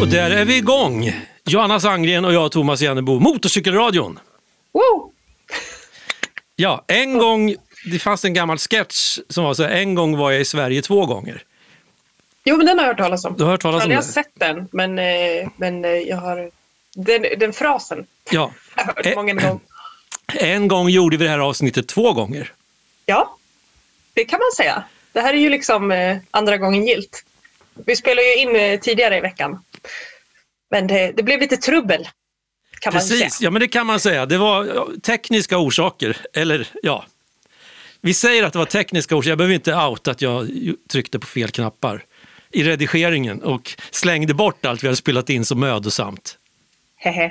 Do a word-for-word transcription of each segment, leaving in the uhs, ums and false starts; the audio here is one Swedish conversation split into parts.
Och där är vi igång. Johanna Sandgren och jag, Thomas Jennebo, Motorcykelradion. Wow. Ja, en gång, det fanns en gammal sketch som var så här, en gång var jag i Sverige två gånger. Jo, men den har jag hört talas om. Du har hört talas om jag har det? sett den, men, men jag har den, den frasen. Ja. Jag har hört många gånger. En gång gjorde vi det här avsnittet två gånger. Ja, det kan man säga. Det här är ju liksom eh, andra gången gilt. Vi spelade ju in eh, tidigare i veckan. Men det, det blev lite trubbel, kan Precis, man säga. ja men det kan man säga. Det var ja, tekniska orsaker. Eller ja, vi säger att det var tekniska orsaker. Jag behöver inte outa att jag tryckte på fel knappar i redigeringen och slängde bort allt vi hade spelat in så mödosamt. Hehe.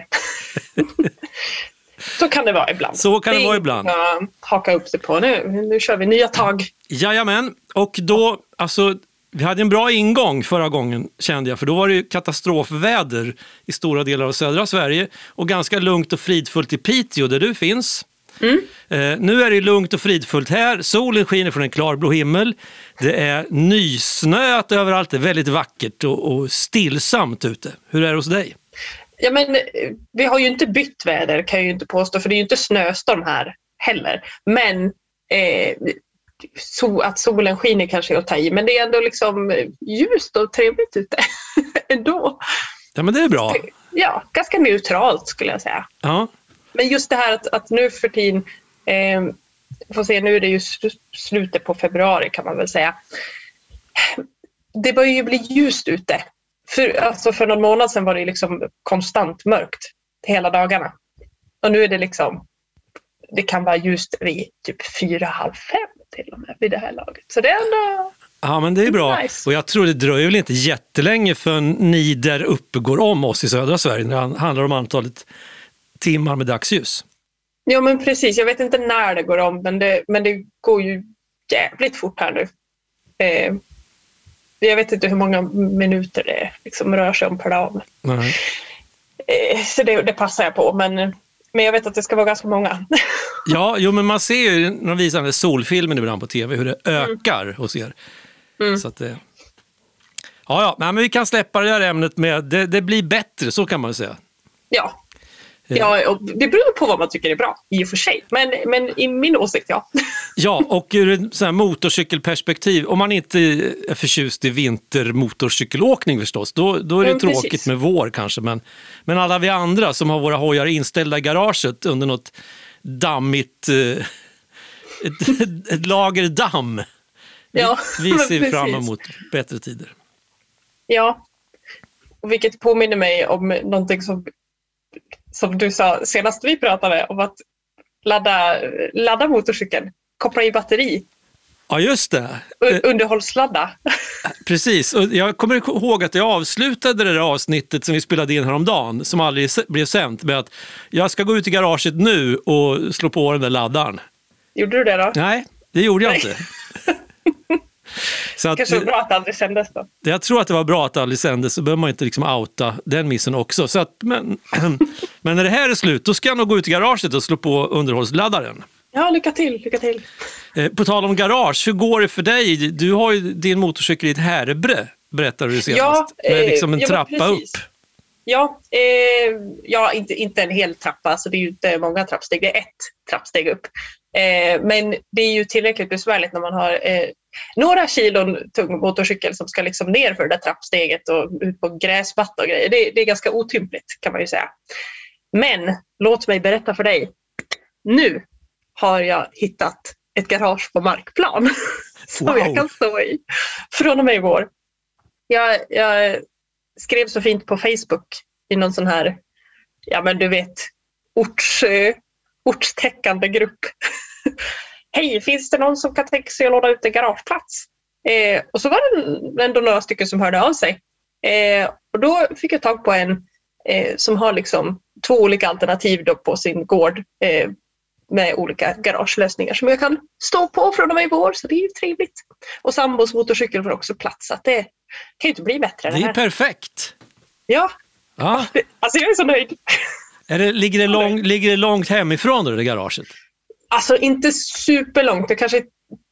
Så kan det vara ibland. Så kan det, det vara ibland. Jag haka upp sig på nu. Nu kör vi nya tag. Jajamän, och då, alltså, vi hade en bra ingång förra gången kände jag, för då var det ju katastrofväder i stora delar av södra Sverige och ganska lugnt och fridfullt i Piteå där du finns. Mm. Eh, nu är det lugnt och fridfullt här, solen skiner från en klarblå himmel, det är nysnöat överallt, det är väldigt vackert och, och stillsamt ute. Hur är det hos dig? Ja, men vi har ju inte bytt väder, kan jag ju inte påstå, för det är ju inte snöstorm här heller. Men eh, so, att solen skiner kanske är att ta i, men det är ändå liksom ljust och trevligt ute ändå. Ja, men det är bra. Ja, ganska neutralt skulle jag säga. Ja. Men just det här att, att nu för tiden, eh, får se, nu är det ju slutet på februari kan man väl säga. Det börjar ju bli ljust ute. För, alltså för någon månad sedan var det liksom konstant mörkt hela dagarna. Och nu är det liksom, det kan vara ljust vid typ fyra, halv fem till och med vid det här laget. Så det är ändå... Ja, men det är bra. Nice. Och jag tror det dröjer väl inte jättelänge för ni där uppe går om oss i södra Sverige när det handlar om antalet timmar med dagsljus. Ja, men precis. Jag vet inte när det går om, men det, men det går ju jävligt fort här nu. Eh, jag vet inte hur många minuter det liksom rör sig om per dag. Nej. Eh, så det, det passar jag på, men, men jag vet att det ska vara ganska många. Ja, jo, men man ser ju när de visar den solfilmen ibland på tv hur det ökar mm. hos er. Mm. Så att det... Ja, ja, men vi kan släppa det här ämnet med det, det blir bättre, så kan man säga. Ja. Ja, och det beror på vad man tycker är bra, i och för sig. Men, men i min åsikt, ja. Ja, och ur ett sån här motorcykelperspektiv, om man inte är förtjust i vintermotorcykelåkning förstås, då, då är det mm, tråkigt precis. med vår kanske. Men, men alla vi andra som har våra hojar inställda i garaget under något dammigt, eh, ett, ett lager damm. Ja, vi, vi ser precis. fram emot bättre tider. Ja, och vilket påminner mig om någonting som, som du sa senast vi pratade om, att ladda, ladda motorcykeln, koppla i batteri. Ja, just det. U- underhållsladda. Precis, och jag kommer ihåg att jag avslutade det där avsnittet som vi spelade in häromdagen, som aldrig blev sänt, med att jag ska gå ut i garaget nu och slå på den där laddaren. Gjorde du det då? Nej, det gjorde jag Nej. inte. Så att, kanske var bra att det aldrig sändes då. Jag tror att det var bra att det aldrig sändes, så behöver man inte liksom outa den missen också. Så att, men, men när det här är slut, då ska jag nog gå ut i garaget och slå på underhållsladdaren. Ja, lycka till, lycka till. Eh, på tal om garage, hur går det för dig? Du har ju din motorcykel i ett Härbre, berättade du senast. Ja, eh, med liksom en ja, trappa upp. Ja, eh, ja inte, inte en hel trappa, så det är ju inte många trappsteg, det är ett trappsteg upp. Eh, men det är ju tillräckligt besvärligt när man har eh, några kilon tung motorcykel som ska liksom ner för det där trappsteget och ut på gräsmatta och grejer. Det, det är ganska otympligt, kan man ju säga. Men låt mig berätta för dig. Nu har jag hittat ett garage på markplan som Wow. jag kan stå i från och med i vår. Jag, jag skrev så fint på Facebook i någon sån här, ja men du vet, orts, ortstäckande grupp. Hej, finns det någon som kan tänka sig att låna ut en garageplats? Eh, och så var det ändå några stycken som hörde av sig. Eh, och då fick jag tag på en eh, som har liksom två olika alternativ då på sin gård eh, med olika garagelösningar som jag kan stå på från och med i vår, så det är ju trevligt. Och sambos motorcykel får också plats, så att det kan ju inte bli bättre än det Det här. är perfekt. Ja, Ja. alltså jag är så nöjd. Är det, ligger, det lång, ligger det långt hemifrån då, det garaget? Alltså inte superlångt, det kanske är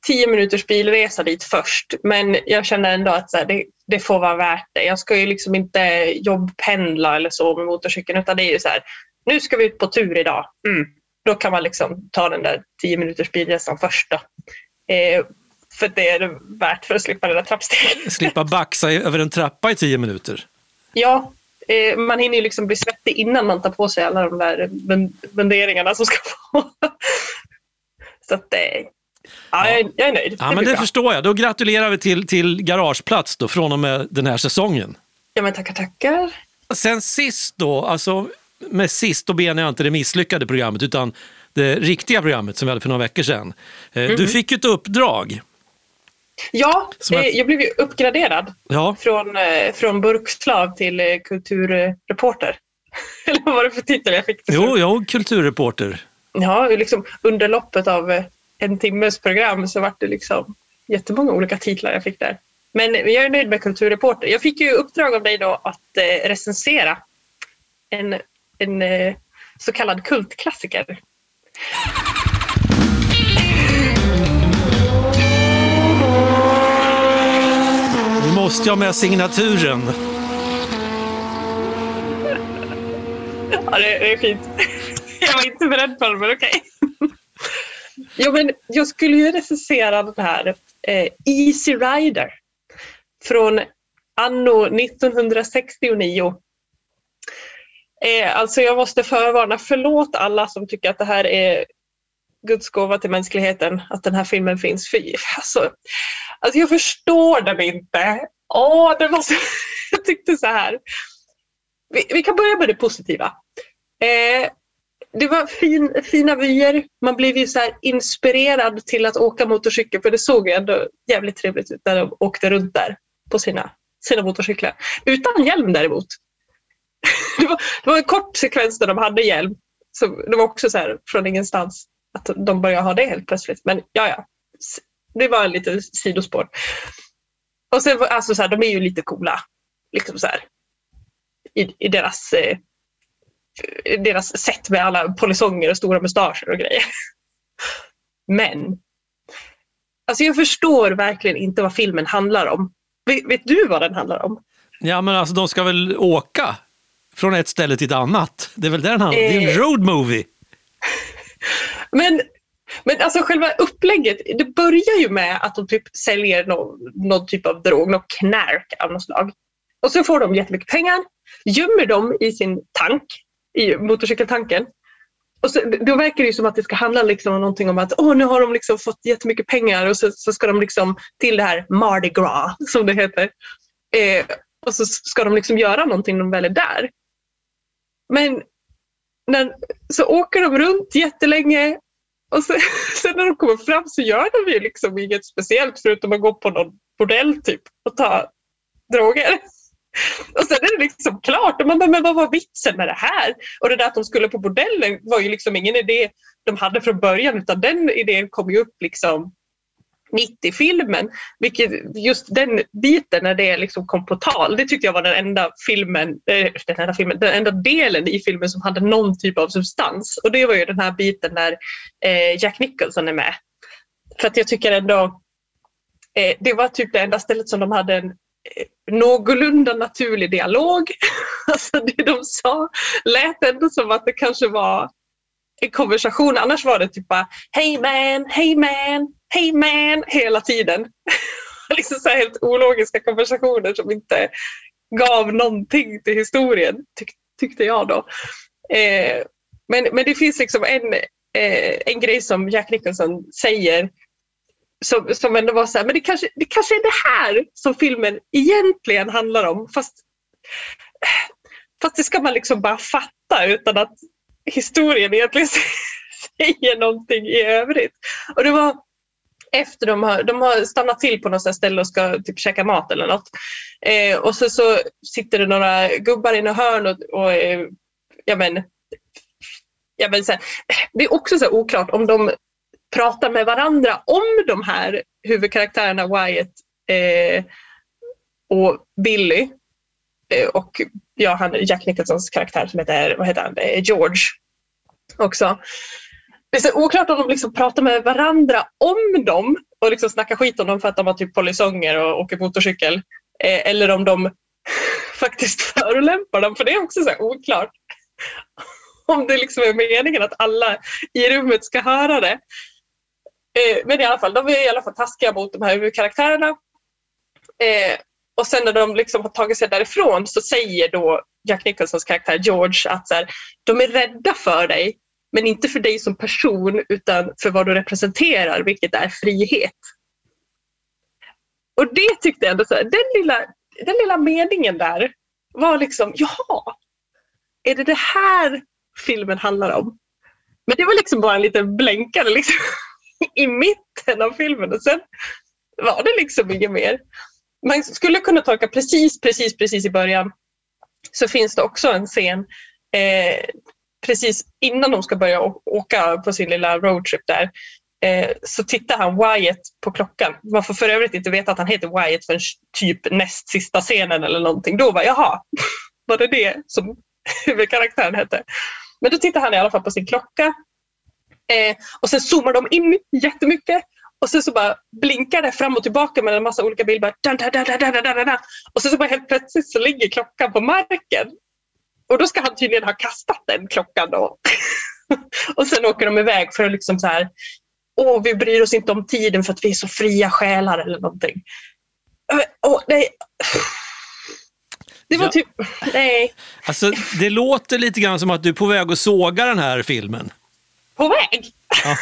tio minuters bilresa dit först. Men jag känner ändå att så här, det, det får vara värt det. Jag ska ju liksom inte jobbpendla eller så med motorcykeln, utan det är ju så här, nu ska vi ut på tur idag. Mm. Då kan man liksom ta den där tio minuters bilresan först då. Eh, för det är det värt för att slippa den där trappstegen. Slippa baxa över en trappa i tio minuter. Ja, eh, man hinner ju liksom bli svettig innan man tar på sig alla de där funderingarna som ska få. Så att det eh, ja, jag, jag är nöjd. Ja, det men det bra. förstår jag. Då gratulerar vi till, till Garageplats då, från och med den här säsongen. Ja, men tackar, tackar. Sen sist då, alltså med sist då menar jag inte det misslyckade programmet utan det riktiga programmet som vi hade för några veckor sedan. Mm-hmm. Du fick ett uppdrag. Ja, eh, att... jag blev ju uppgraderad ja. från, eh, från burkslav till eh, kulturreporter. Eller vad var det för titel jag fick? Jo, jo, kulturreporter. Ja, liksom under loppet av eh, en timmes program så var det liksom jättemånga olika titlar jag fick där. Men jag är nöjd med kulturreporter. Jag fick ju uppdrag av dig då att eh, recensera en, en eh, så kallad kultklassiker. Nu måste jag med signaturen. Ja, det, det är fint. Jag var inte beredd på det, men okej. Jo, men jag skulle ju recensera den här eh, Easy Rider från anno nittonhundrasextionio. Eh, alltså jag måste förvarna, förlåt alla som tycker att det här är Guds gåva till mänskligheten, att den här filmen finns. För, alltså, alltså jag förstår den inte. Åh, det var så, jag tyckte så här. Vi, vi kan börja med det positiva. Eh, det var fin, fina vyer. Man blev ju så här inspirerad till att åka motorcykel, för det såg ju ändå jävligt trevligt ut när de åkte runt där på sina, sina motorcyklar. Utan hjälm däremot. Det var, det var en kort sekvens där de hade hjälm. Så det var också så här från ingenstans att de började ha det helt plötsligt. Men ja, ja. Det var en liten sidospår. Och sen, alltså så här, de är ju lite coola. Liksom så här. I, i deras, eh, deras sätt med alla polisonger och stora mustascher och grejer. Men alltså jag förstår verkligen inte vad filmen handlar om. Vet, vet du vad den handlar om? Ja, men alltså de ska väl åka från ett ställe till ett annat. Det är väl där den handlar om. Det är en Eh. road movie. Men, men alltså själva upplägget, det börjar ju med att de typ säljer någon, någon typ av drog, någon knark av något slag. Och så får de jättemycket pengar, gömmer dem i sin tank, i motorcykeltanken. Och så, då verkar det ju som att det ska handla liksom om någonting om att åh, nu har de liksom fått jättemycket pengar och så, så ska de liksom till det här Mardi Gras, som det heter. Eh, och så ska de liksom göra någonting när de väl är där. Men när, så åker de runt jättelänge och så, sen när de kommer fram så gör de ju liksom inget speciellt förutom att gå på någon bordell typ och ta droger. Och sen är det liksom klart. Och man bara, men vad var vitsen med det här? Och det där att de skulle på bordellen var ju liksom ingen idé de hade från början, utan den idén kom ju upp liksom mitt i filmen. Vilket just den biten när det liksom kom på tal, det tyckte jag var den enda filmen, äh, den enda filmen, den enda delen i filmen som hade någon typ av substans. Och det var ju den här biten när eh, Jack Nicholson är med. För att jag tycker ändå eh, det var typ det enda stället som de hade en någorlunda naturlig dialog. Alltså det de sa lät ändå som att det kanske var en konversation. Annars var det typ bara hey man, hey man, hey man hela tiden. Liksom så här helt ologiska konversationer som inte gav någonting till historien, tyck- tyckte jag då. Eh, men, men det finns liksom en, eh, en grej som Jack Nicholson säger Som, som ändå var så här, men det kanske, det kanske är det här som filmen egentligen handlar om, fast, fast det ska man liksom bara fatta utan att historien egentligen säger någonting i övrigt. Och det var efter de har, de har stannat till på något ställe och ska typ käka mat eller något. Eh, och så, så sitter det några gubbar i något hörn och, och eh, ja men, ja men så här, det är också så här oklart om de pratar med varandra om de här huvudkaraktärerna Wyatt eh, och Billy eh, och ja, han, Jack Nicholsons karaktär som heter, vad heter han, eh, George också. Det är så oklart om de liksom pratar med varandra om dem och liksom snackar skit om dem för att de har typ polisonger och åker motorcykel. Eh, eller om de faktiskt förolämpar dem, för det är också så här oklart. Om det liksom är meningen att alla i rummet ska höra det. Eh, men i alla fall, de är i alla fall taskiga mot de här huvudkaraktärerna. Eh, och sen när de liksom har tagit sig därifrån så säger då Jack Nicholsons karaktär George att så här, de är rädda för dig, men inte för dig som person utan för vad du representerar, vilket är frihet. Och det tyckte jag ändå, så här, den, lilla, den lilla meningen där var liksom, jaha, är det det här filmen handlar om? Men det var liksom bara en liten blänkare liksom, i mitten av filmen, och sen var det liksom inget mer. Man skulle kunna tolka precis, precis, precis i början så finns det också en scen eh, precis innan de ska börja åka på sin lilla roadtrip där. Eh, så tittar han Wyatt på klockan. Man får för övrigt inte veta att han heter Wyatt för typ näst sista scenen eller någonting. Då var jaha, var det det som huvudkaraktären hette? Men då tittar han i alla fall på sin klocka. Eh, och sen zoomar de in jättemycket. Och sen så bara blinkar det fram och tillbaka med en massa olika bilder. Dan, dan, dan, dan, dan, dan, dan. Och sen så bara helt plötsligt så ligger klockan på marken. Och då ska han tydligen ha kastat den klockan då. Och sen åker de iväg för att liksom så här, åh, vi bryr oss inte om tiden för att vi är så fria själar eller någonting. Åh, nej. Det var ja. typ, nej. Alltså, det låter lite grann som att du är på väg att såga den här filmen. På väg? Ja.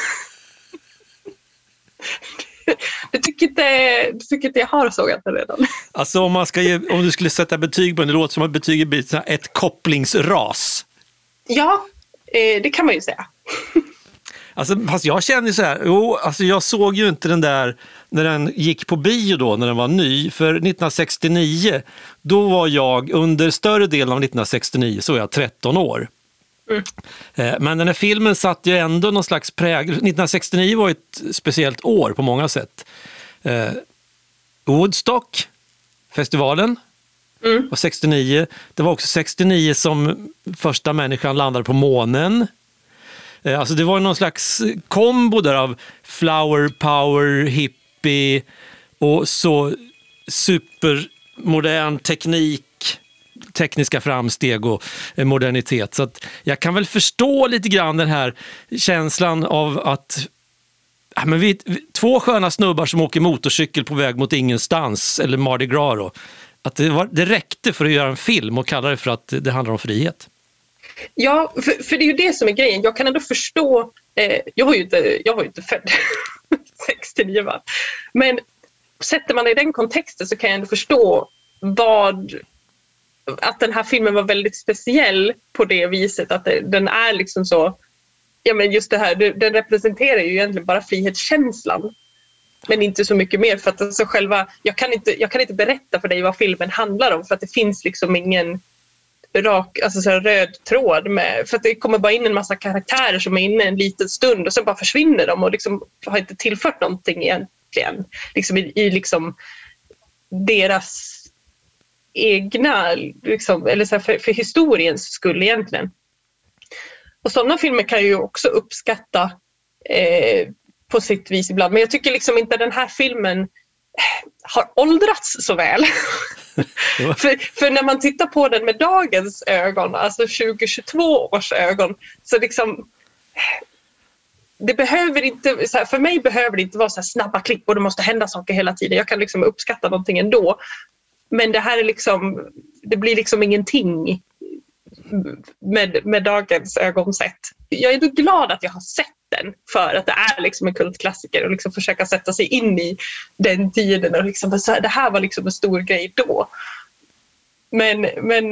Du tycker inte, du tycker inte jag har sågat det redan? Alltså om, man ska ge, om du skulle sätta betyg på den, det låter som att betyget blir ett kopplingsras. Ja, det kan man ju säga. Alltså, fast jag känner så här, jo, alltså jag såg ju inte den där när den gick på bio då, när den var ny. För nittonhundrasextionio, då var jag under större delen av nittonhundrasextionio, så var jag tretton år. Mm. Men den här filmen satt ju ändå någon slags prägel. nittonhundrasextionio var ett speciellt år på många sätt. Eh, Woodstock, festivalen, mm. var sextionio. Det var också sextionio som första människan landade på månen. Eh, alltså det var någon slags kombo där av flower power, hippie och så supermodern teknik, tekniska framsteg och modernitet. Så att jag kan väl förstå lite grann den här känslan av att ja, men vi, vi, två sköna snubbar som åker motorcykel på väg mot ingenstans, eller Mardi Gras då, att det, var, det räckte för att göra en film och kalla det för att det handlar om frihet. Ja, för, för det är ju det som är grejen. Jag kan ändå förstå, eh, jag var ju inte, jag var ju inte född sextionio, va? Men sätter man i den kontexten så kan jag ändå förstå vad att den här filmen var väldigt speciell på det viset, att det, den är liksom så, ja men just det här, det, den representerar ju egentligen bara frihetskänslan, men inte så mycket mer, för att alltså själva, jag kan inte, jag kan inte berätta för dig vad filmen handlar om, för att det finns liksom ingen rak, alltså så här röd tråd med, för att det kommer bara in en massa karaktärer som är inne en liten stund och sen bara försvinner de och liksom har inte tillfört någonting egentligen, liksom i, i liksom deras egna, liksom, eller så här för, för historiens skull egentligen. Och sådana filmer kan jag ju också uppskatta eh, på sitt vis ibland. Men jag tycker liksom inte den här filmen har åldrats så väl. för, för när man tittar på den med dagens ögon, alltså tjugohundratjugotvå års ögon, så liksom det behöver inte, så här, för mig behöver det inte vara så här snabba klipp och det måste hända saker hela tiden. Jag kan liksom uppskatta någonting ändå. Men det här är liksom, det blir liksom ingenting med, med dagens ögonsätt. Jag är då glad att jag har sett den, för att det är liksom en kultklassiker och liksom försöka sätta sig in i den tiden och liksom, så här, det här var liksom en stor grej då. Men, men,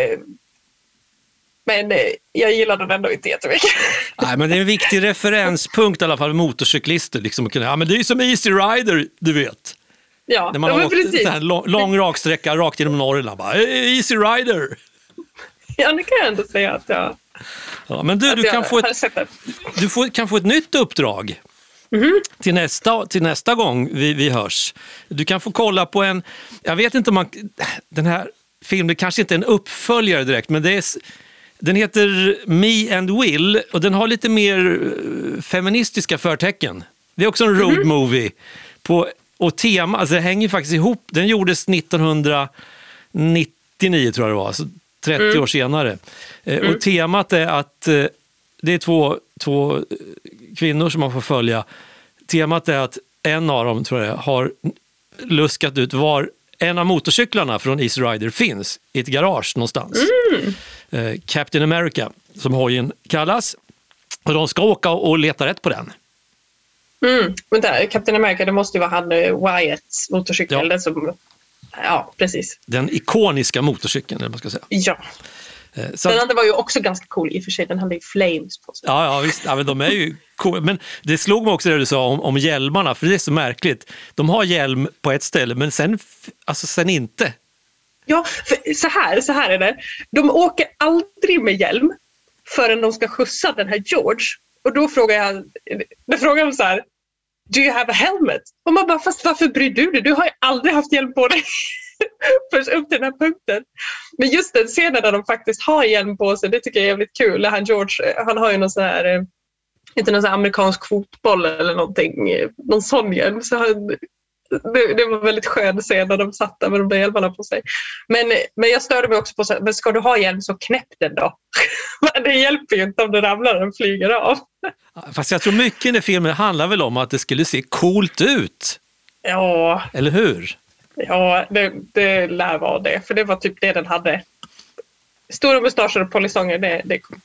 men jag gillar den ändå inte jättemycket. Nej, men det är en viktig referenspunkt i alla fall, motorcyklister liksom, ja, men det är ju som Easy Rider, du vet. Ja, när man har åkt en lång, lång raksträcka rakt genom Norrland, bara Easy Rider. Ja, det kan jag ändå säga att jag... Ja, men du, du, kan få, ett, du får, kan få ett nytt uppdrag mm-hmm. till, nästa, till nästa gång vi, vi hörs. Du kan få kolla på en, jag vet inte om man, den här filmen kanske inte är en uppföljare direkt, men det är, den heter Me and Will och den har lite mer feministiska förtecken. Det är också en road movie. På, och tema, alltså det hänger faktiskt ihop. Den gjordes nittonhundranittionio tror jag det var, alltså trettio mm. år senare. Mm. Och temat är att eh, det är två, två kvinnor som man får följa. Temat är att en av dem, tror jag, har luskat ut var en av motorcyklarna från Easy Rider finns i ett garage någonstans. Mm. Eh, Captain America, som hojen kallas. Och de ska åka och leta rätt på den. Mm. Men där, Captain America, det måste ju vara han Wyatts motorcykel. Ja. Den som, ja, precis. Den ikoniska motorcykeln, eller man ska säga. Ja. Så den andra var ju också ganska cool i och för sig. Den hade ju flames på sig. Ja, ja visst. Ja, men de är ju cool. Men det slog mig också det du sa om, om hjälmarna. För det är så märkligt. De har hjälm på ett ställe, men sen, alltså sen inte. Ja, för så här, så här är det. De åker aldrig med hjälm förrän de ska skjutsa den här George. Och då frågar jag, då frågar de så här: do you have a helmet? Och man bara, fast varför bryr du dig? Du har ju aldrig haft hjälm på dig. Först upp till den här punkten. Men just den scenen där de faktiskt har hjälm på sig, det tycker jag är jävligt kul. Han George, han har ju någon sån här, inte någon sån här amerikansk fotboll eller någonting, någon sån hjälm. Så han, det, det var väldigt skön scen när de satt där med de där hjälmarna på sig. Men, men jag störde mig också på, men ska du ha hjälm så knäpp den då. Det hjälper ju inte om du ramlar och den flyger av. Fast jag tror mycket i den filmen handlar väl om att det skulle se coolt ut. Ja. Eller hur? Ja, det, det lär vara det. För det var typ det den hade. Stora mustascher och polisonger, det, det är coolt.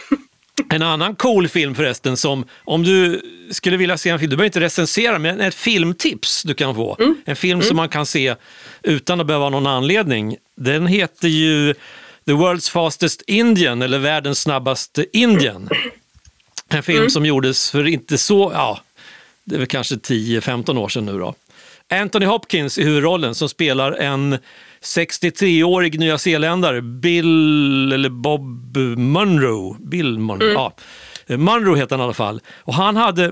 En annan cool film förresten, som om du skulle vilja se en film, du behöver inte recensera, men ett filmtips du kan få. Mm. En film mm. som man kan se utan att behöva någon anledning. Den heter ju The World's Fastest Indian, eller Världens snabbaste Indien. En film mm. som gjordes för inte så, ja, det är väl kanske tio femton år sedan nu då. Anthony Hopkins i huvudrollen, som spelar en sextiotre-årig nyzeeländare, Bill eller Bob Munro. Bill Munro, mm. ja. Munro heter han i alla fall. Och han hade,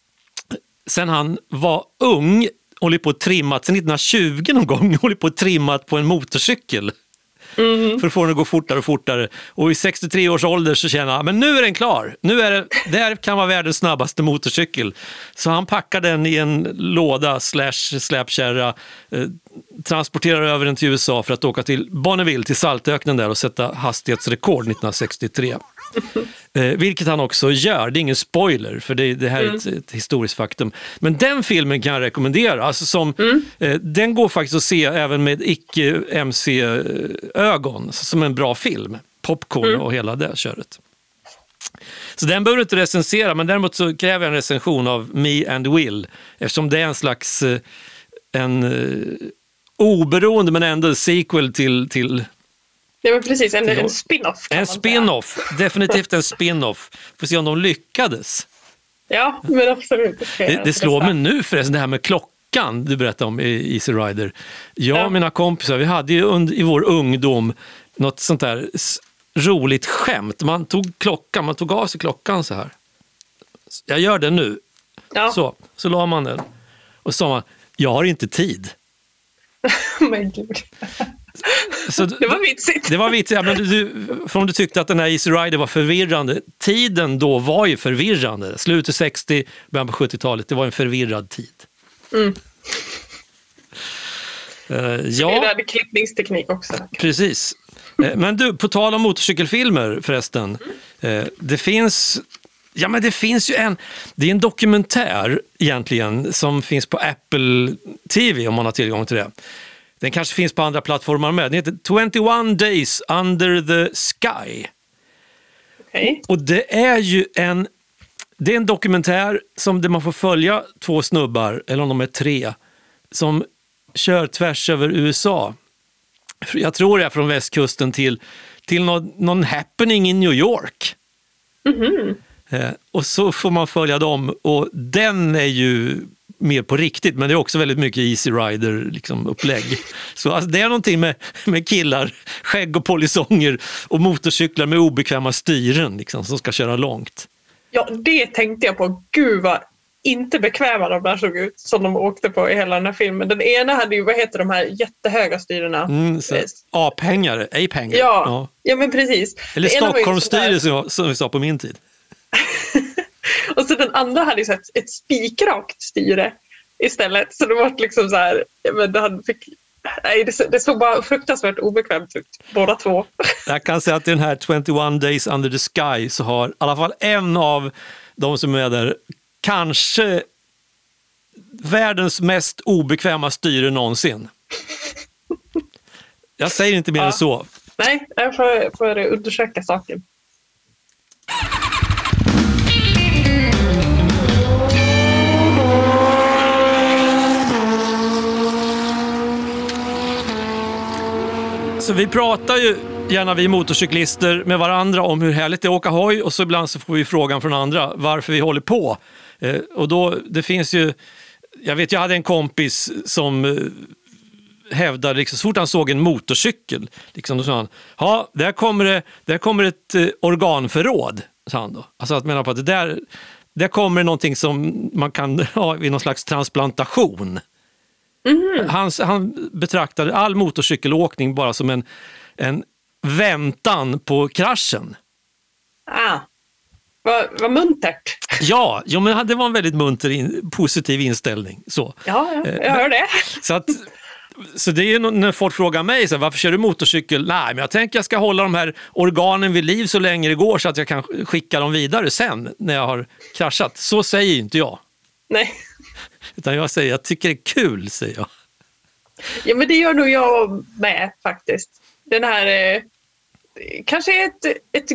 sen han var ung, hållit på att trimmat, sen nittonhundratjugo någon gång, hållit på att trimmat på en motorcykel. Mm. För att få den att gå fortare och fortare. Och i sextiotre års ålder så känner han, men nu är den klar. Nu är det, det här kan vara världens snabbaste motorcykel. Så han packar den i en låda slash släpkärra, eh, transporterar över den till U S A för att åka till Bonneville, till Saltöknen där, och sätta hastighetsrekord nittonhundrasextiotre. Eh, vilket han också gör, det är ingen spoiler, för det, det här är ett, ett historiskt faktum. Men den filmen kan jag rekommendera. Alltså som, mm. eh, den går faktiskt att se även med icke-M C-ögon, som en bra film. Popcorn mm. och hela det köret. Så den behöver du inte recensera, men däremot så kräver jag en recension av Me and Will, eftersom det är en slags eh, en eh, oberoende men ändå sequel till... till Ja, men precis, en, en spin-off. En spin-off, definitivt en spin-off. Får se om de lyckades. Ja, men absolut. Det, det slår mig nu förresten, det här med klockan du berättade om i Easy Rider. Jag och ja. mina kompisar, vi hade ju under, i vår ungdom något sånt där roligt skämt. Man tog klockan, man tog av sig klockan så här. Jag gör det nu. Ja. Så, så la man den. Och så sa man, jag har inte tid. Men gud. Så, det var vitsigt. Det var vitsigt, ja, men du, för om du tyckte att den här Easy Rider var förvirrande. Tiden då var ju förvirrande. Slutet sextio, början på sjuttiotalet, det var en förvirrad tid. Mm. Uh, ja. Det hade klippningsteknik också. Precis. Uh, men du, på tal om motorcykelfilmer förresten. Uh, det finns... Ja, men det finns ju en... Det är en dokumentär egentligen som finns på Apple T V om man har tillgång till det. Den kanske finns på andra plattformar med. Den heter tjugoett Days Under the Sky. Okay. Och det är ju en... Det är en dokumentär som där man får följa två snubbar, eller om de är tre, som kör tvärs över U S A. Jag tror det är från västkusten till, till någon, någon happening i New York. Mhm. Eh, och så får man följa dem, och den är ju mer på riktigt, men det är också väldigt mycket Easy Rider liksom, upplägg. Så alltså, det är någonting med, med killar, skägg och polisonger och motorcyklar med obekväma styren liksom, som ska köra långt. Ja, det tänkte jag på. Gud vad inte bekväma de där såg ut som de åkte på i hela den här filmen. Den ena hade ju, vad heter de här jättehöga styrena? Mm, aphängare, apehängare. Ja, ja. ja, men precis. Eller Stockholmsstyre som, som vi sa på min tid. Och så den andra hade ju så ett, ett spikrakt styre istället. Så det var liksom så här, men han fick, nej, det, det såg bara fruktansvärt obekvämt ut, båda två. Jag kan säga att i den här tjugoett Days Under the Sky så har i alla fall en av de som är där kanske världens mest obekväma styre någonsin. Jag säger inte mer ja. än så. Nej, jag får, får undersöka saken. Så vi pratar ju gärna vi motorcyklister med varandra om hur härligt det är att åka hoj, och så ibland så får vi frågan från andra varför vi håller på. Eh, och då, det finns ju, jag vet jag hade en kompis som eh, hävdade liksom, så fort han såg en motorcykel, liksom, då sa han, ja, där kommer det, där kommer ett eh, organförråd, sa han då. Alltså att menar på att det där, där kommer det någonting som man kan ha i någon slags transplantation. Mm. Han, han betraktade all motorcykelåkning bara som en, en väntan på kraschen. Ah, vad, vad muntert. Ja, jo, men det var en väldigt munter, in, positiv inställning. Så. Ja, ja, jag hör det. Så, att, så det är ju när folk frågar mig, så här, varför kör du motorcykel? Nej, men jag tänker jag ska hålla de här organen vid liv så länge det går så att jag kan skicka dem vidare sen när jag har kraschat. Så säger inte jag. Nej. Utan jag säger, jag tycker det är kul, säger jag. Ja, men det gör nog jag med faktiskt. Den här, eh, kanske ett, ett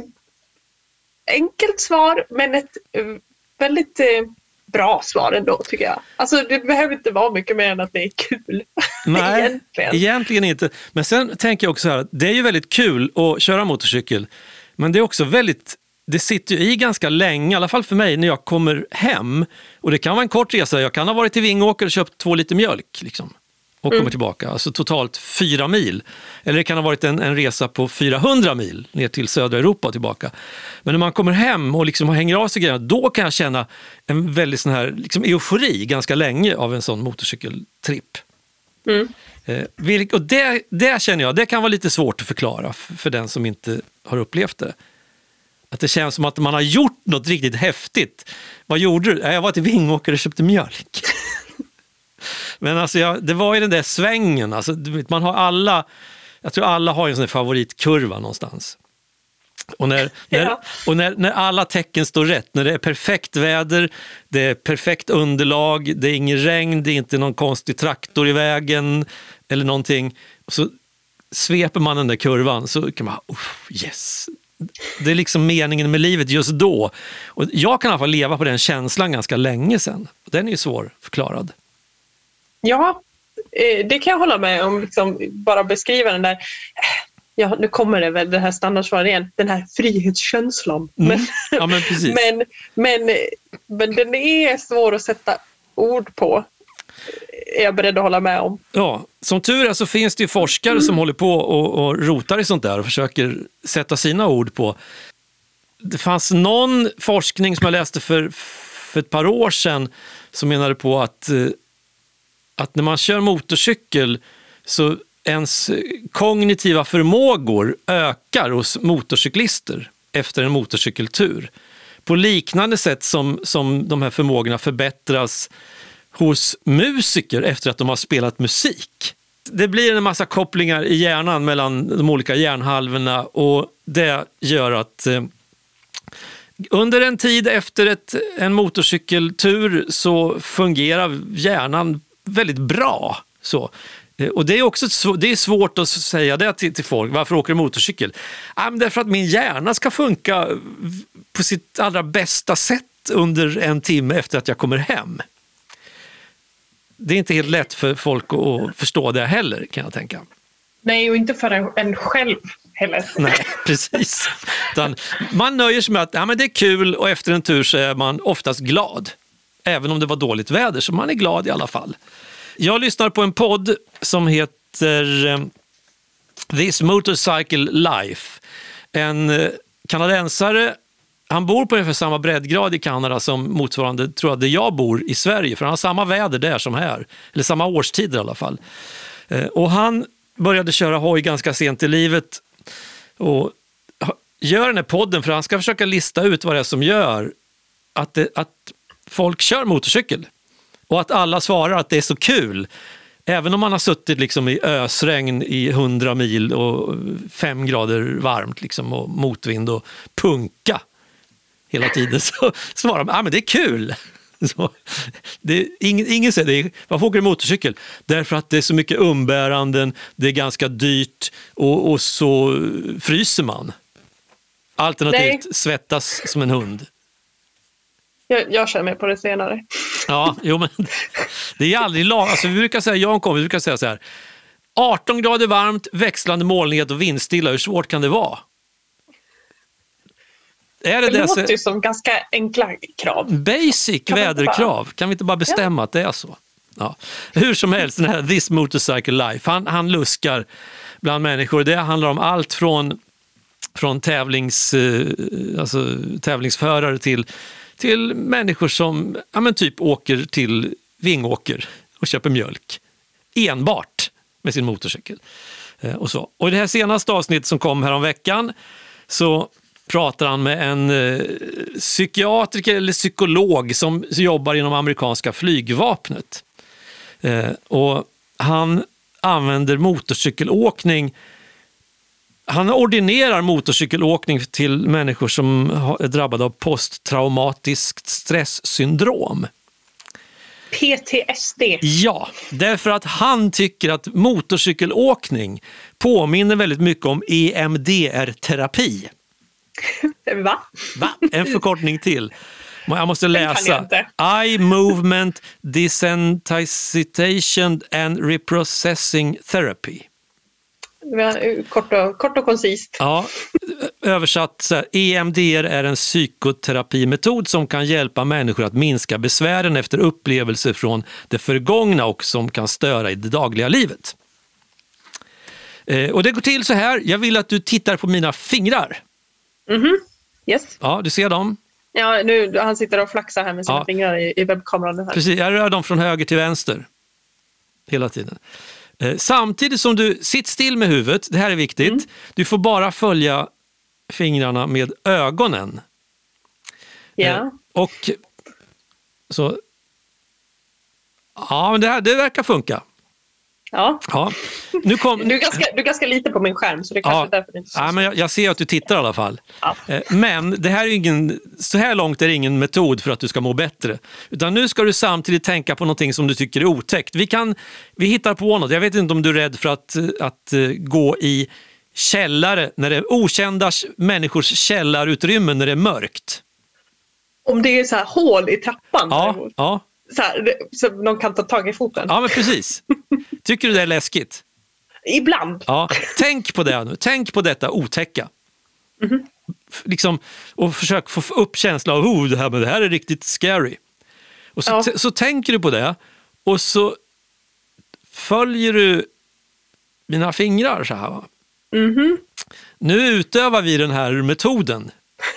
enkelt svar, men ett eh, väldigt eh, bra svar ändå, tycker jag. Alltså det behöver inte vara mycket mer än att det är kul. Nej, egentligen. egentligen inte. Men sen tänker jag också så här, det är ju väldigt kul att köra motorcykel, men det är också väldigt, det sitter ju i ganska länge, i alla fall för mig, när jag kommer hem. Och det kan vara en kort resa. Jag kan ha varit i Vingåker och köpt två liter mjölk liksom, och mm. kommer tillbaka. Alltså totalt fyra mil. Eller det kan ha varit en, en resa på fyrahundra mil ner till södra Europa och tillbaka. Men när man kommer hem och liksom hänger av sig grejerna, då kan jag känna en väldigt sån här liksom eufori ganska länge av en sån motorcykeltripp. Mm. Eh, och det, det känner jag, det kan vara lite svårt att förklara för, för den som inte har upplevt det. Att det känns som att man har gjort något riktigt häftigt. Vad gjorde du? Jag var till Vingåker och köpte mjölk. Men alltså, jag, det var ju den där svängen. Alltså, man har alla, jag tror alla har en sån där favoritkurva någonstans. Och, när, när, ja. och när, när alla tecken står rätt, när det är perfekt väder, det är perfekt underlag, det är ingen regn, det är inte någon konstig traktor i vägen eller någonting. Och så sveper man den där kurvan, så kan man, oh, yes. Det är liksom meningen med livet just då. Och jag kan i alla fall leva på den känslan ganska länge sedan. Den är ju svårförklarad. Ja, det kan jag hålla med om. Liksom bara beskriva den där, ja, nu kommer det väl det här standardsvaret igen, den här frihetskänslan. Mm. Men, ja, men, precis. men, men, men den är svår att sätta ord på. Är jag beredd att hålla med om. Ja, som tur är så finns det ju forskare mm. som håller på och, och rotar i sånt där och försöker sätta sina ord på. Det fanns någon forskning som jag läste för, för ett par år sedan som menade på att, att när man kör motorcykel så ens kognitiva förmågor ökar hos motorcyklister efter en motorcykeltur. På liknande sätt som, som de här förmågorna förbättras hos musiker efter att de har spelat musik. Det blir en massa kopplingar i hjärnan mellan de olika hjärnhalvorna, och det gör att eh, under en tid efter ett, en motorcykeltur så fungerar hjärnan väldigt bra. Så. Och det är också det är svårt att säga det till, till folk. Varför åker du motorcykel? Ja, men därför att min hjärna ska funka på sitt allra bästa sätt under en timme efter att jag kommer hem. Det är inte helt lätt för folk att förstå det heller, kan jag tänka. Nej, och inte för en själv heller. Nej, precis. Utan man nöjer sig med att ja, men det är kul, och efter en tur så är man oftast glad. Även om det var dåligt väder, så man är glad i alla fall. Jag lyssnar på en podd som heter um, This Motorcycle Life. En kanadensare, han bor på ungefär samma breddgrad i Kanada som motsvarande, tror jag, där jag bor i Sverige. För han har samma väder där som här. Eller samma årstider i alla fall. Eh, och han började köra hoj ganska sent i livet. Och gör den här podden för han ska försöka lista ut vad det är som gör att, det, att folk kör motorcykel och att alla svarar att det är så kul. Även om man har suttit liksom i ösregn i hundra mil och fem grader varmt liksom, och motvind och punka hela tiden, så svarar man, ja, men det är kul. Så, det är, ingen, ingen säger det. Varför åker du motorcykel? Därför att det är så mycket umbäranden, det är ganska dyrt och, och så fryser man. Alternativt Nej. svettas som en hund. Jag, jag känner mig på det senare. Ja, jo, men det är aldrig lag. Alltså, vi brukar säga, jag och kom, vi brukar säga så här: arton grader varmt, växlande molnighet och vindstilla. Hur svårt kan det vara? Är det det det låter så... ju som ganska enkla krav. Basic kan väderkrav. Bara... Kan vi inte bara bestämma ja. att det är så? Ja. Hur som helst, den här This Motorcycle Life, han, han luskar bland människor. Det handlar om allt från, från tävlings, alltså, tävlingsförare till, till människor som ja, men typ åker till Vingåker och köper mjölk. Enbart med sin motorcykel. Och, så. Och i det här senaste avsnittet som kom här om veckan så pratar han med en eh, psykiatriker eller psykolog som jobbar inom amerikanska flygvapnet. Eh, och han använder motorcykelåkning. Han ordinerar motorcykelåkning till människor som är drabbade av posttraumatiskt stresssyndrom. P T S D. Ja, därför att han tycker att motorcykelåkning påminner väldigt mycket om E M D R-terapi. Va? Va? En förkortning till. Jag måste läsa. Eye Movement Desensitization and Reprocessing Therapy. Kort och, kort och koncist. Ja, översatt så här, E M D R är en psykoterapimetod som kan hjälpa människor att minska besvären efter upplevelser från det förgångna och som kan störa i det dagliga livet. Eh, och det går till så här. Jag vill att du tittar på mina fingrar. Mhm. Yes. Ja, du ser dem. Ja, nu han sitter och flaxar här med sina ja. fingrar i, i webbkameran. Här. Precis, jag rör dem från höger till vänster hela tiden. Eh, samtidigt som du sitter still med huvudet, det här är viktigt, mm. du får bara följa fingrarna med ögonen. Ja. Eh, och så... Ja, men det här det verkar funka. Ja. ja. Nu kom... du, är ganska, du är ganska lite på min skärm så det kanske ja. är därför det inte så. Ja, men jag, jag ser att du tittar i alla fall. Ja. Men det här är ingen, så här långt är det ingen metod för att du ska må bättre. Utan nu ska du samtidigt tänka på någonting som du tycker är otäckt. Vi, kan, vi hittar på något. Jag vet inte om du är rädd för att, att gå i källare, när det är okända människors källarutrymmen när det är mörkt. Om det är så här hål i trappan. Ja, ja. Så, här, så någon kan ta tag i foten. Ja, men precis. Tycker du det är läskigt? Ibland. Ja, tänk på det nu. Tänk på detta otäcka. Mm-hmm. Liksom, och försök få upp känslan av oh, det, här, men det här är riktigt scary. Och så, ja. t- så tänker du på det och så följer du mina fingrar så här. Va? Mm-hmm. Nu utövar vi den här metoden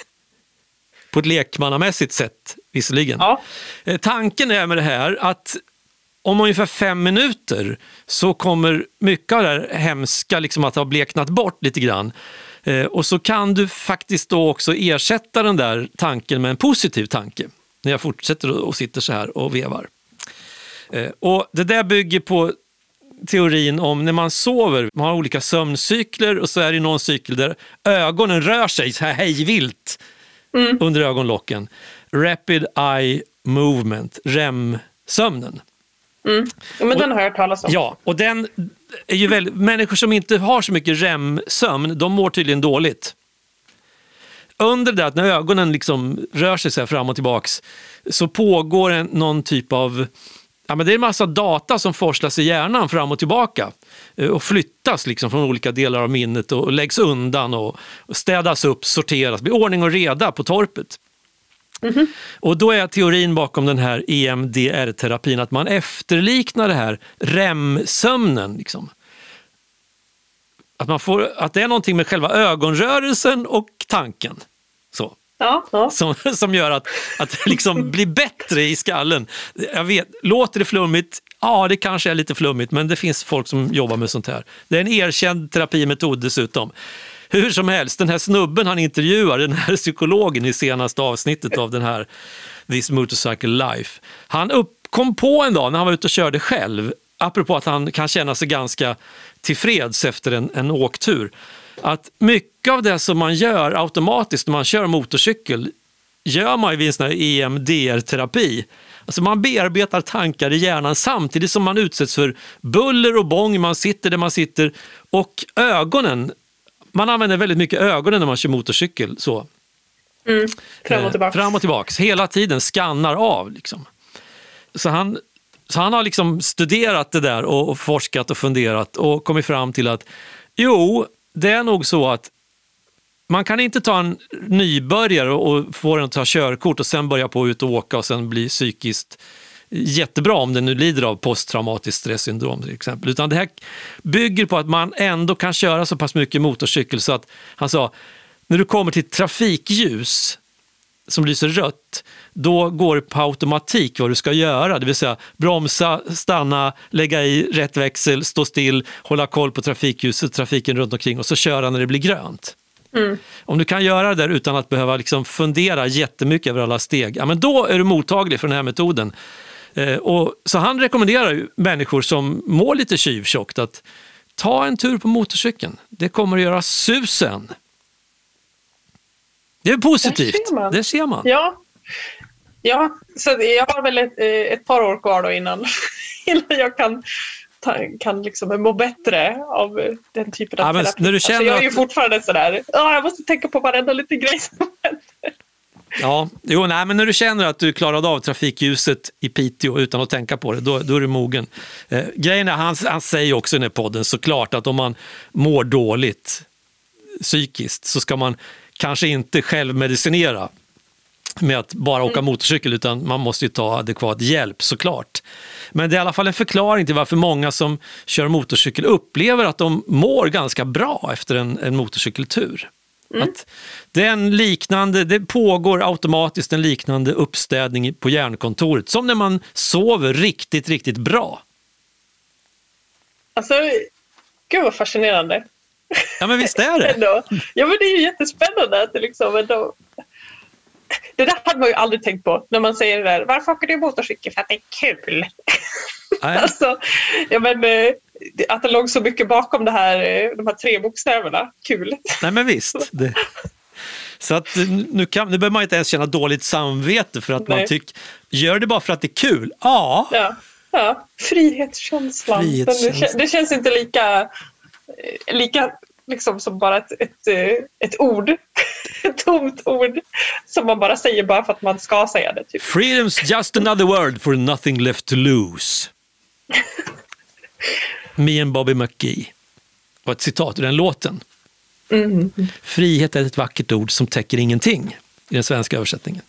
på ett lekmannamässigt sätt, visserligen. Ja. Eh, tanken är med det här att om ungefär fem minuter så kommer mycket av det här hemska liksom att ha bleknat bort lite grann. Eh, och så kan du faktiskt då också ersätta den där tanken med en positiv tanke. När jag fortsätter och sitter så här och vevar. Eh, och det där bygger på teorin om när man sover. Man har olika sömncykler och så är det någon cykel där ögonen rör sig så här hejvilt mm. under ögonlocken. Rapid Eye Movement, R E M-sömnen. Mm. Ja, men och, den har jag hört talas om. Ja, och den är ju väldigt, människor som inte har så mycket R E M-sömn, de mår tydligen dåligt. Under det att när ögonen liksom rör sig så här fram och tillbaks så pågår en, någon typ av, ja men det är en massa data som forslas i hjärnan fram och tillbaka och flyttas liksom från olika delar av minnet och läggs undan och städas upp, sorteras, blir ordning och reda på torpet. Mm-hmm. Och då är teorin bakom den här E M D R-terapin att man efterliknar det här R E M-sömnen. Liksom. Att, man får, att det är någonting med själva ögonrörelsen och tanken. Så. Ja, ja. Som, som gör att, att det liksom blir bättre i skallen. Jag vet, låter det flummigt? Ja, det kanske är lite flummigt, men det finns folk som jobbar med sånt här. Det är en erkänd terapimetod dessutom. Hur som helst, den här snubben han intervjuar, den här psykologen i senaste avsnittet av den här This Motorcycle Life, han upp, kom på en dag när han var ute och körde själv, apropå att han kan känna sig ganska tillfreds efter en, en åktur, att mycket av det som man gör automatiskt när man kör motorcykel gör man ju i en sån här E M D R-terapi. Alltså man bearbetar tankar i hjärnan samtidigt som man utsätts för buller och bång, man sitter där man sitter, och ögonen, man använder väldigt mycket ögonen när man kör motorcykel. Så. Mm, fram och tillbaka. Eh, fram och tillbaka. Hela tiden skannar av. Liksom. Så, han, så han har liksom studerat det där och, och forskat och funderat och kommit fram till att jo, det är nog så att man kan inte ta en nybörjare och få den att ta körkort och sen börja på ut och åka och sen bli psykiskt jättebra om den nu lider av posttraumatiskt stresssyndrom till exempel. Utan det här bygger på att man ändå kan köra så pass mycket motorcykel så att han sa, när du kommer till trafikljus som lyser rött, då går det på automatik vad du ska göra. Det vill säga bromsa, stanna, lägga i rätt växel, stå still, hålla koll på trafikljuset, trafiken runt omkring och så köra när det blir grönt. Mm. Om du kan göra det där utan att behöva liksom fundera jättemycket över alla steg, ja, men då är du mottaglig för den här metoden. Eh, och, så han rekommenderar ju människor som mår lite tjuvtjockt att ta en tur på motorcykeln. Det kommer att göra susen. Det är positivt. Det ser man. Det ser man. Ja. Ja, så jag har väl ett, ett par år kvar då innan, innan jag kan kan liksom må bättre av den typen av ja, terapi. När du känner alltså jag är ju att... fortfarande sådär, oh, jag måste tänka på varenda liten grej som händer. Ja, jo, nej, men när du känner att du klarade av trafikljuset i Piteå utan att tänka på det, då, då är du mogen. Eh, grejen är, han, han säger också i den här podden såklart att om man mår dåligt psykiskt så ska man kanske inte själv medicinera med att bara åka mm. motorcykel, utan man måste ju ta adekvat hjälp såklart. Men det är i alla fall en förklaring till varför många som kör motorcykel upplever att de mår ganska bra efter en, en motorcykeltur. Mm. Att det, är en liknande, det pågår automatiskt en liknande uppstädning på hjärnkontoret som när man sover riktigt, riktigt bra. Alltså, gud vad fascinerande. Ja, men visst är det. ändå. Ja, men det är ju jättespännande att det liksom ändå... Det där hade man ju aldrig tänkt på när man säger det där. Varför åker du motorcykel? För att det är kul. alltså, ja, men, att det låg så mycket bakom det här, de här tre bokstäverna. Kul. Nej, men visst. Det... Så att nu, kan, nu behöver man inte ens känna dåligt samvete för att Nej. man tycker, gör det bara för att det är kul? Ja. Ja, ja. Frihetskänslan. Frihetskänslan. Det känns inte lika... lika liksom som bara ett, ett, ett ord, ett tomt ord som man bara säger bara för att man ska säga det. Typ. Freedom's just another word for nothing left to lose. Me and Bobby McGee. Och ett citat ur den låten. Mm. Frihet är ett vackert ord som täcker ingenting i den svenska översättningen.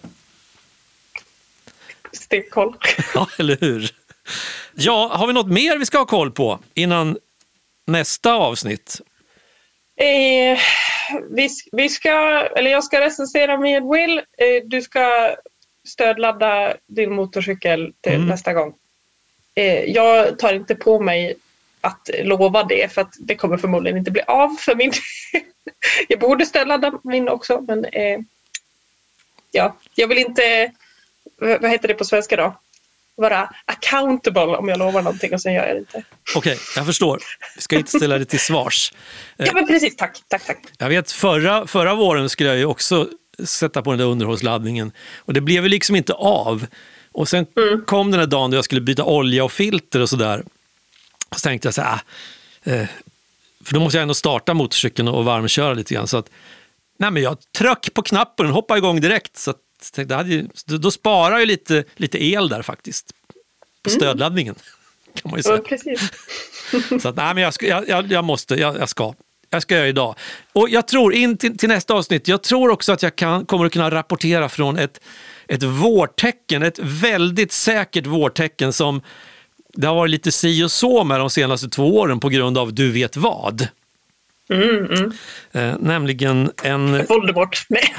Stenkoll. Ja, eller hur? Ja, har vi något mer vi ska ha koll på innan nästa avsnitt? Eh, vi, vi ska, eller jag ska recensera med Will. Eh, du ska stödladda din motorcykel till mm. nästa gång. Eh, jag tar inte på mig att lova det för att det kommer förmodligen inte bli av för min. Jag borde stödladda min också, men eh, ja, jag vill inte, vad heter det på svenska då? Vara accountable om jag lovar någonting och sen gör jag det inte. Okej, okay, jag förstår. Vi ska inte ställa det till svars. Ja, men precis. Tack, tack, tack. Jag vet, förra, förra våren skulle jag ju också sätta på den där underhållsladdningen. Och det blev ju liksom inte av. Och sen mm. kom den här dagen då jag skulle byta olja och filter och sådär. Så tänkte jag så här, äh, för då måste jag ändå starta motorcykeln och varmköra lite grann. Så att, nej men jag tryck på knappen och hoppade igång direkt. Så att, det hade ju, då sparar jag lite, lite el där faktiskt. På mm. stödladdningen. Kan man ju säga. Ja, precis. Så att, nej men jag, ska, jag, jag måste, jag, jag ska. Jag ska göra idag. Och jag tror, in till, till nästa avsnitt, jag tror också att jag kan, kommer att kunna rapportera från ett, ett vårtecken, ett väldigt säkert vårtecken som det har varit lite si och så med de senaste två åren på grund av du vet vad. Mm, mm. Eh, nämligen en... Voldemort. Nej.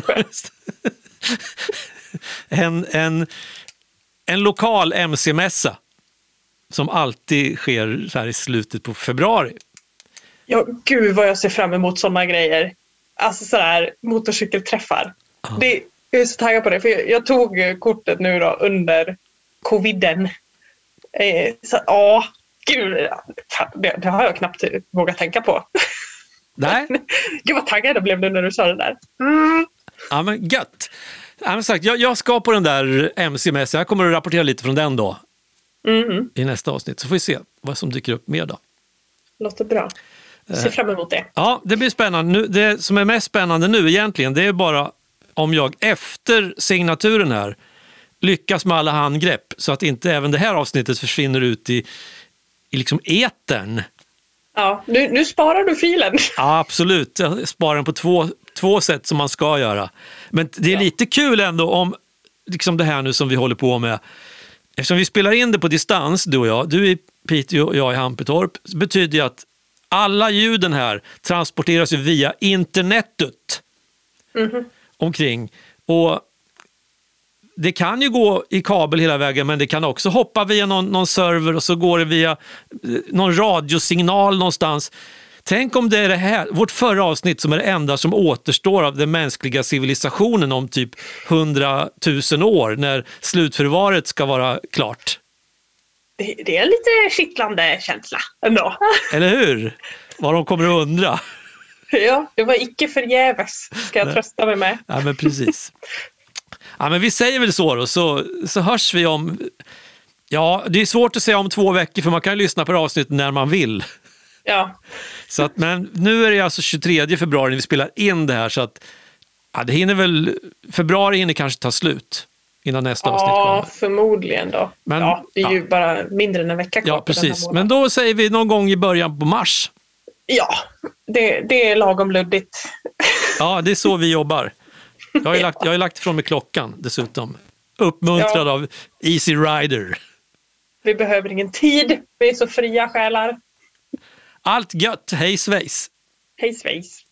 en, en, en lokal M C-mässa som alltid sker så här i slutet på februari. Ja, gud vad jag ser fram emot sådana grejer. Alltså sådär motorcykelträffar. Ja. Det, jag är så taggad på det. För jag, jag tog kortet nu då under coviden. Eh, så, ja, gud. Det, det har jag knappt vågat tänka på. Nej. Gud vad taggad jag blev nu när du sa det där. Mm. Ja, men gött. Ja, men sagt, jag, jag ska på den där M C M S. Jag kommer att rapportera lite från den då. Mm. I nästa avsnitt. Så får vi se vad som dyker upp mer då. Låter bra. Ser fram emot det. Ja, det blir spännande. Nu, det som är mest spännande nu egentligen, det är bara om jag efter signaturen här lyckas med alla handgrepp så att inte även det här avsnittet försvinner ut i, i liksom etern. Ja, nu, nu sparar du filen. Ja, absolut. Jag sparar den på två, två sätt som man ska göra. Men det är Ja. lite kul ändå om liksom det här nu som vi håller på med. Eftersom vi spelar in det på distans, du och jag, du i Piteå och jag i Hampetorp, så betyder det att alla ljuden här transporteras ju via internetet Mm-hmm. omkring. Och det kan ju gå i kabel hela vägen, men det kan också hoppa via någon, någon server och så går det via någon radiosignal någonstans. Tänk om det är det här, vårt förra avsnitt som är det enda som återstår av den mänskliga civilisationen om typ hundratusen år när slutförvaret ska vara klart. Det, det är en lite kittlande känsla ändå. Eller hur? Vad de kommer att undra. Ja, det var icke förgäves, ska jag Nej. trösta mig med. Ja, men precis. Ja, men vi säger väl så då, så, så hörs vi om... Ja, det är svårt att säga om två veckor för man kan ju lyssna på avsnittet när man vill. Ja, Så att, men nu är det alltså tjugotredje februari när vi spelar in det här så att ja, det hinner väl... Februari hinner kanske ta slut innan nästa avsnitt ja kommer. förmodligen då. Men- ja, det är ju ja. bara mindre än en vecka kvar Ja, på den här precis. månaden. Men då säger vi någon gång i början på mars. Ja, det, det är lagom luddigt. Ja, det är så vi jobbar. Jag har ju lagt, jag har ju lagt ifrån mig klockan dessutom. Uppmuntrad Ja. av Easy Rider. Vi behöver ingen tid. Vi är så fria själar. Allt gött, hej svejs! Hej svejs.